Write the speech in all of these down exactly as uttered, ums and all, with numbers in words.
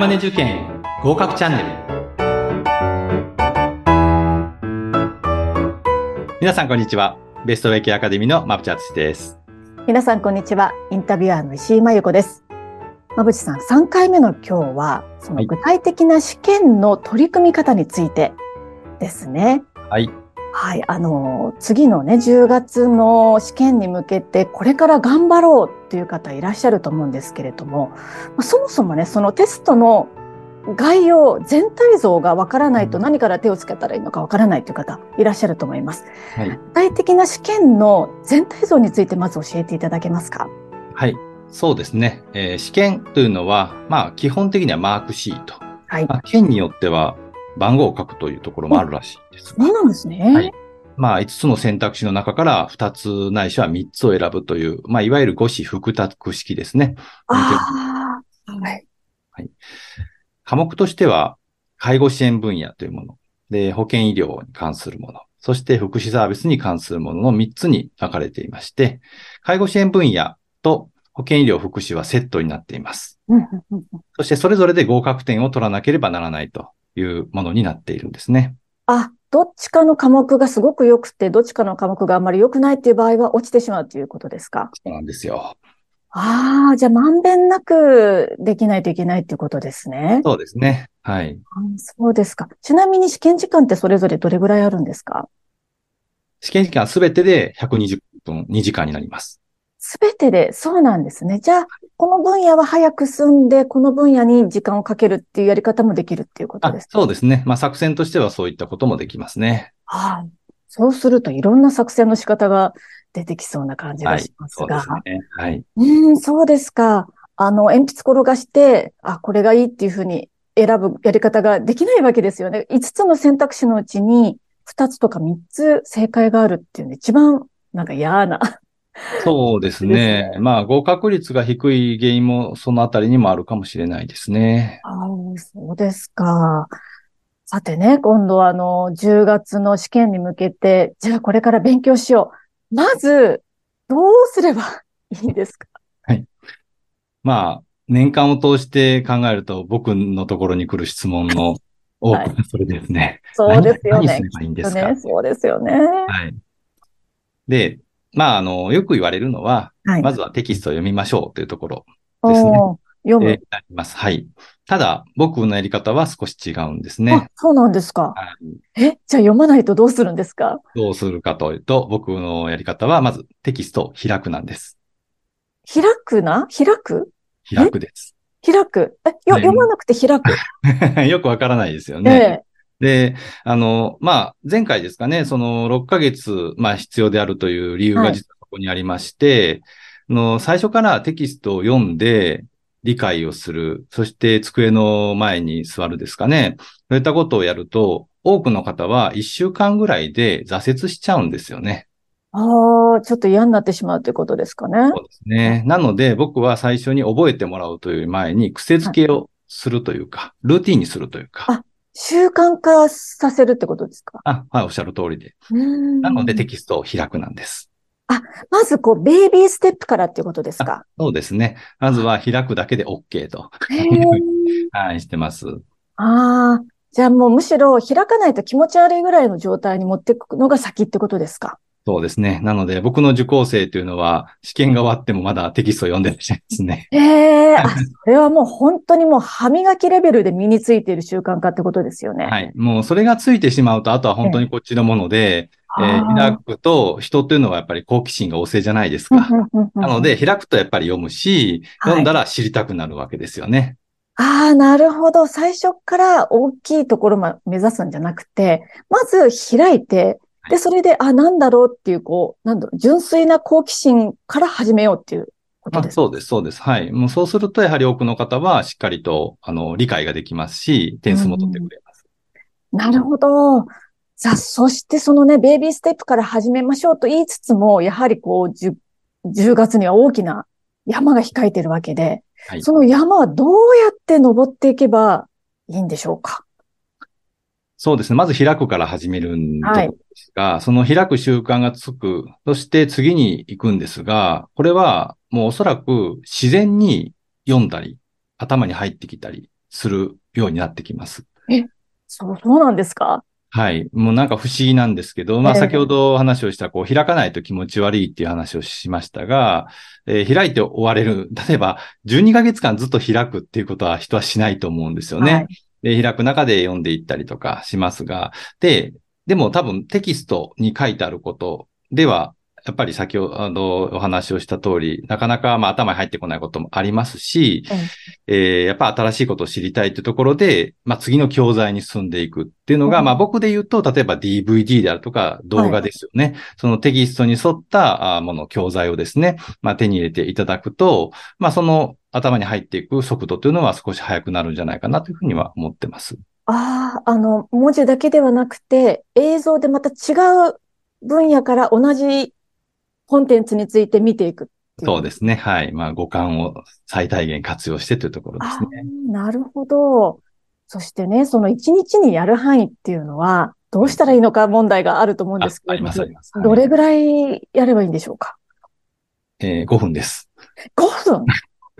マネ受験合格チャンネル。皆さんこんにちは。ベストウェイケアアカデミーの馬淵敦です。 皆さんこんにちは。インタビュアーの石井真由子です。馬淵さん、さんかいめの今日はその具体的な試験の取り組み方についてですね。 はい。 はい、あの次のねじゅうがつの試験に向けてこれから頑張ろうっていう方いらっしゃると思うんですけれども、そもそもねそのテストの概要全体像がわからないと何から手をつけたらいいのかわからないという方いらっしゃると思います。はい、具体的な試験の全体像についてまず教えていただけますか？ はい、そうですね。えー、試験というのはまあ基本的にはマークシート。はい。まあ、県によっては番号を書くというところもあるらしいですが。 そうなんですね。はい。 まあ、いつつの選択肢の中からふたつないしはみっつを選ぶという、まあ、いわゆる五子複択式ですね。 ああ、はい。 はい。科目としては、介護支援分野というもの、で、保健医療に関するもの、そして福祉サービスに関するもののみっつに分かれていまして、介護支援分野と保健医療福祉はセットになっています。そしてそれぞれで合格点を取らなければならないというものになっているんですね。 あ、どっちかの科目がすごく良くて、どっちかの科目があまり良くないっていう場合は落ちてしまうということですか？ そうなんですよ。 ああ、じゃあまんべんなくできないといけないっていうことですね。 そうですね。はい。 そうですか。ちなみに試験時間ってそれぞれどれぐらいあるんですか？ 試験時間すべてでひゃくにじゅっぷん、にじかんになります。 すべてで、そうなんですね。じゃあ、この分野は早く進んで、この分野に時間をかけるっていうやり方もできるっていうことですか？ あ、そうですね。まあ作戦としてはそういったこともできますね。 はい。そうするといろんな作戦の仕方が出てきそうな感じがしますが。 はい、そうですね。はい。 うん、そうですか。あの、鉛筆転がして、あ、これがいいっていうふうに選ぶやり方ができないわけですよね。いつつの選択肢のうちにふたつとかみっつ正解があるっていうの一番なんか嫌な。 そうですね。ですね。まあ合格率が低い原因もそのあたりにもあるかもしれないですね。 ああ、そうですか。さてね、今度はあの、じゅうがつの試験に向けて、じゃあこれから勉強しよう。まず、どうすればいいですか？ はい。まあ、年間を通して考えると、僕のところに来る質問の多くはそれですね。 そう何、 ですよね。 何すればいいんですか？ ね、そうですよね。 はい。で、まあ、あの、よく言われるのは、はい、まずはテキストを読みましょうというところですね。 読む。 えー、なります。はい。ただ、僕のやり方は少し違うんですね。 あ、そうなんですか。 はい、 え、じゃあ読まないとどうするんですか？ どうするかというと、僕のやり方は、まずテキストを開くなんです。 開くな開く開くです。 開く。え、よ、読まなくて開く。 よくわからないですよね。ええ、で、あの、まあ、前回ですかね、そのろっかげつ、まあ、必要であるという理由が実はここにありまして、はい、の最初からテキストを読んで理解をする、そして机の前に座るですかね。そういったことをやると、多くの方はいっしゅうかんぐらいで挫折しちゃうんですよね。 ああ、ちょっと嫌になってしまうということですかね。 そうですね。なので、僕は最初に覚えてもらうという前に、癖付けをするというか、はい、ルーティンにするというか。 あ、習慣化させるってことですか？ あ、はい、おっしゃる通りで。なので、テキストを開くなんです。 あ、まずこう、ベイビーステップからっていうことですか？ そうですね。まずは開くだけで OK と。はい、してます。 ああ、じゃあもうむしろ開かないと気持ち悪いぐらいの状態に持っていくのが先ってことですか？ そうですね。なので、僕の受講生というのは、試験が終わってもまだテキストを読んでらっしゃいますね。 ええー、あ、それはもう本当にもう歯磨きレベルで身についている習慣化ってことですよね。 はい。もうそれがついてしまうと、あとは本当にこっちのもので、えー、開くと、人というのはやっぱり好奇心が旺盛じゃないですか。なので、開くとやっぱり読むし、読んだら知りたくなるわけですよね。 はい、ああ、なるほど。最初から大きいところま目指すんじゃなくて、まず開いて、で、それで、あ、なんだろうっていう、こう、なんだろう、純粋な好奇心から始めようっていうことですか？ そうです、そうです。はい。もうそうすると、やはり多くの方はしっかりと、あの、理解ができますし、点数も取ってくれます。 なるほど。さあ、そしてそのね、ベイビーステップから始めましょうと言いつつも、やはりこう、じゅうがつには大きな山が控えているわけで、はい、その山はどうやって登っていけばいいんでしょうか？ そうですね。まず開くから始めるんところですが、はい、その開く習慣がつく。そして次に行くんですが、これはもうおそらく自然に読んだり、頭に入ってきたりするようになってきます。 え、そう、そうなんですか？ はい。もうなんか不思議なんですけど、まあ先ほど話をした、こう開かないと気持ち悪いっていう話をしましたが、えー開いて終われる。例えば、じゅうにかげつかんずっと開くっていうことは人はしないと思うんですよね。 はい。 で、開く中で読んでいったりとかしますが、で、でも多分テキストに書いてあることでは、やっぱり先ほどお話をした通り、なかなかまあ頭に入ってこないこともありますし、 ええ、 えーやっぱ新しいことを知りたいってところで、まあ次の教材に進んでいくっていうのが、まあ僕で言うと、例えば ディーブイディー であるとか動はい。 画ですよね。そのテキストに沿ったあもの、教材をですね、まあ手に入れていただくと、まあその頭に入っていく速度というのは少し速くなるんじゃないかなというふうには思ってます。 ああ、あの、文字だけではなくて、映像でまた違う分野から同じコンテンツについて見ていくっていうこと。 そうですね。はい。まあ五感を最大限活用してというところですああ、 ね。 なるほど。そしてね、その一日にやる範囲っていうのは、どうはい。 したらいいのか問題があると思うんであ、 すけれども、 あります、あります。はい。 どれぐらいやればいいんでしょうか？ えー、ごふんです。 ご 分。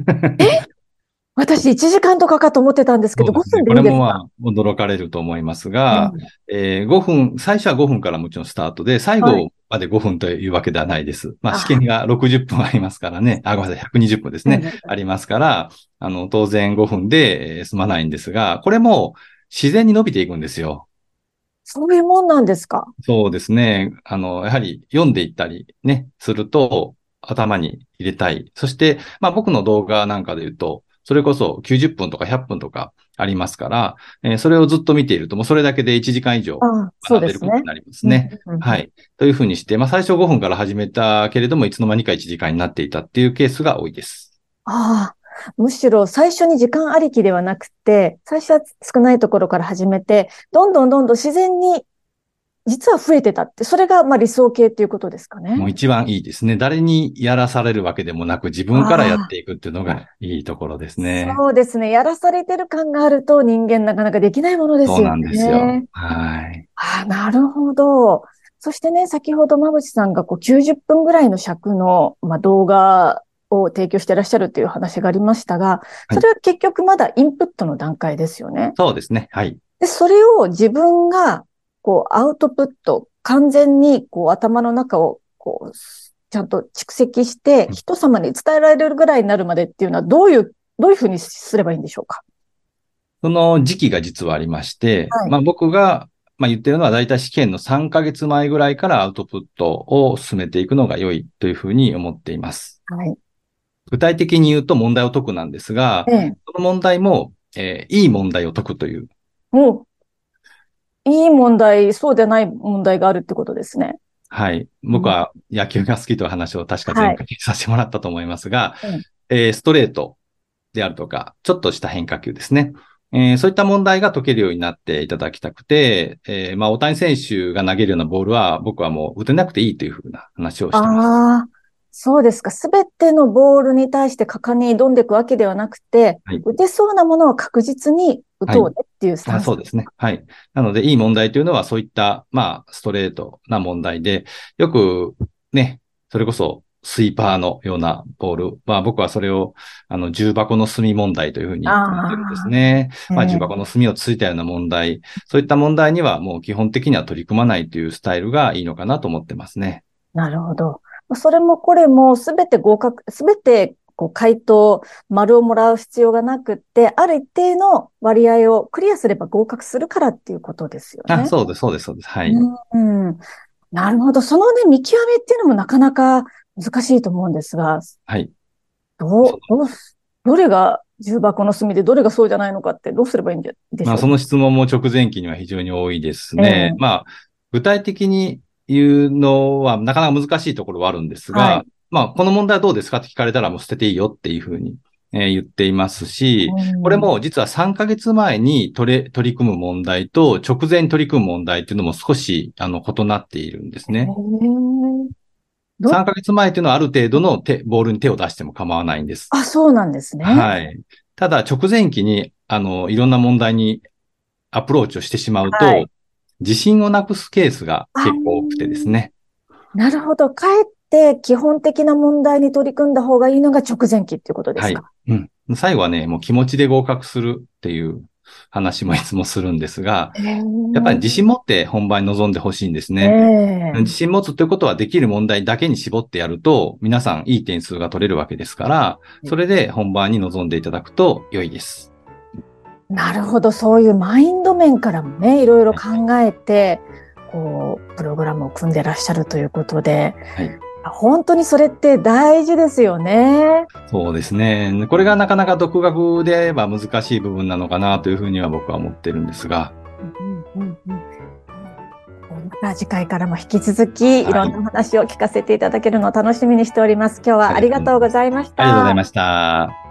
私いちじかんとかかと思ってたんですけど、5 そうですね。 分でこいいんですか？ れもまあ、驚かれると思いますが、 ええ、 えー、ごふん、最初はごふんからもちろんスタートで、最はい。 後までごふんというわけではないです。まあ、試あ、 験がろくじゅっぷんありますからね。あ、ごめんなさい、ひゃくにじゅっぷんですね。ありますから、あの、当然ごふんでえー済まないんですが、これも自然に伸びていくんですよ。 そういうもんなんですか？ そうですね。あの、やはり読んでいったりね、すると頭に入れたい。そして、まあ僕の動画なんかで言うと、それこそきゅうじゅっぷんとかひゃっぷんとかありますから、えーそれをずっと見ていると、もうそれだけでいちじかん以上ああ、そう学んですね。 でいることになりますうん、 ね。 うん、うん。 はい。というふうにして、まあ最初ごふんから始めたけれども、いつの間にかいちじかんになっていたっていうケースが多いです。 ああ、むしろ最初に時間ありきではなくて、最初は少ないところから始めて、どんどんどんどん自然に実は増えてたって、それがまあ理想形っていうことですかね。 もう一番いいですね。誰にやらされるわけでもなく、自分からやっああ、 ていくっていうのがいいところですね。 そうですね。やらされてる感があると人間なかなかできないものですよそうなんですよ。 ね。 はい。 ああ、なるほど。そしてね、先ほど馬淵さんがこうきゅうじゅっぷんぐらいの尺の、まあ、動画を提供していらっしゃるっていう話がありましたが、 はい。 それは結局まだインプットの段階ですよね。 そうですね。はい。 で、それを自分がこうアウトプット、完全にこう頭の中をこうちゃんと蓄積して人様に伝えられるぐらいになるまでっていうのはどういう、どういうふうにすればいいんでしょうか？ その時期が実はありまして、 はい。 まあ僕が、まあ、言ってるのはだいたい試験のさんかげつまえぐらいからアウトプットを進めていくのが良いというふうに思っています。 はい。 具体的に言うと問題を解くなんですが、 ええ。 その問題も、えーいい問題を解くという。 もう、いい問題、そうでない問題があるってことですね。 はい。 うん、 僕は野球が好きという話を確かはい。 前回させてもらったと思いますが、 ええ、 えーストレートであるとか、ちょっとした変化球ですね。えーそういった問題が解けるようになっていただきたくて、えーまあ、大谷選手が投げるようなボールは僕はもう打てなくていいというふうな話をしてます。 ああ、そうですか。すべてのボールに対して果敢に挑んでいくわけではなくて、 はい。 打てそうなものは確実に打はい。 とうねっていうスタあ、 ンス。 そうですね。はい。なので、いい問題というのはそういった、まあ、ストレートな問題で、よくね、それこそスイーパーのようなボール。まあ、僕はそれを、あの、重箱の隅問題というふうに呼んでるんですあね。 あ、えまあ、重え、 箱の隅をついたような問題。そういった問題にはもう基本的には取り組まないというスタイルがいいのかなと思ってますね。 なるほど。それもこれもすべて合格、すべてこう回答、丸をもらう必要がなくって、ある一定の割合をクリアすれば合格するからっていうことですよあ、 ね。 そうです、そうです、そうです。はい。 うん、うん、なるほど。そのね、見極めっていうのもなかなか難しいと思うんですが、 はい。 どう、どうす、どれが重箱の隅でどれがそうじゃないのかってどうすればいいんで、でまあ、 しょう？ その質問も直前期には非常に多いですね。 ええ、 まあ、具体的に言うのはなかなか難しいところはあるんですが、 はい。 まあ、この問題はどうですかって聞かれたらもう捨てていいよっていうふうに、えー言っていますし、 うこれん。 も実はさんかげつまえに取れ、取り組む問題と直前に取り組む問題っていうのも少し、あの、異なっているんですへね。 え、ど、 さんかげつまえっていうのはある程度の手、ボールに手を出しても構わないんです。 あ、そうなんですね。 はい。ただ、直前期に、あの、いろんな問題にアプローチをしてしまうと、 はい。 自信をなくすケースがあ結構多くてですー、 ね。 なるほど。かえって基本的な問題に取り組んだ方がいいのが直前期っていうことではい。 すか？ うん。 最後はね、もう気持ちで合格するっていう話もいつもするんですが、やっぱり自信持って本番に臨んでほしいんですね。自信持つということはできる問題だけに絞ってやると、皆さんいい点数が取れるわけですから、それで本番に臨んでいただくと良いです。 なるほど。そういうマインド面からもね、いろいろ考えて、こう、プログラムを組んでらっしゃるということで、はい、本当にそれって大事ですよね。 そうですね。これがなかなか独学であれば難しい部分なのかなというふうには僕は思ってるんですが。 うんうんうん、また次回からも引き続きいろんな話を聞かせていただけるのを楽しみにしております。今日はありがとうございました。 ありがとうございました。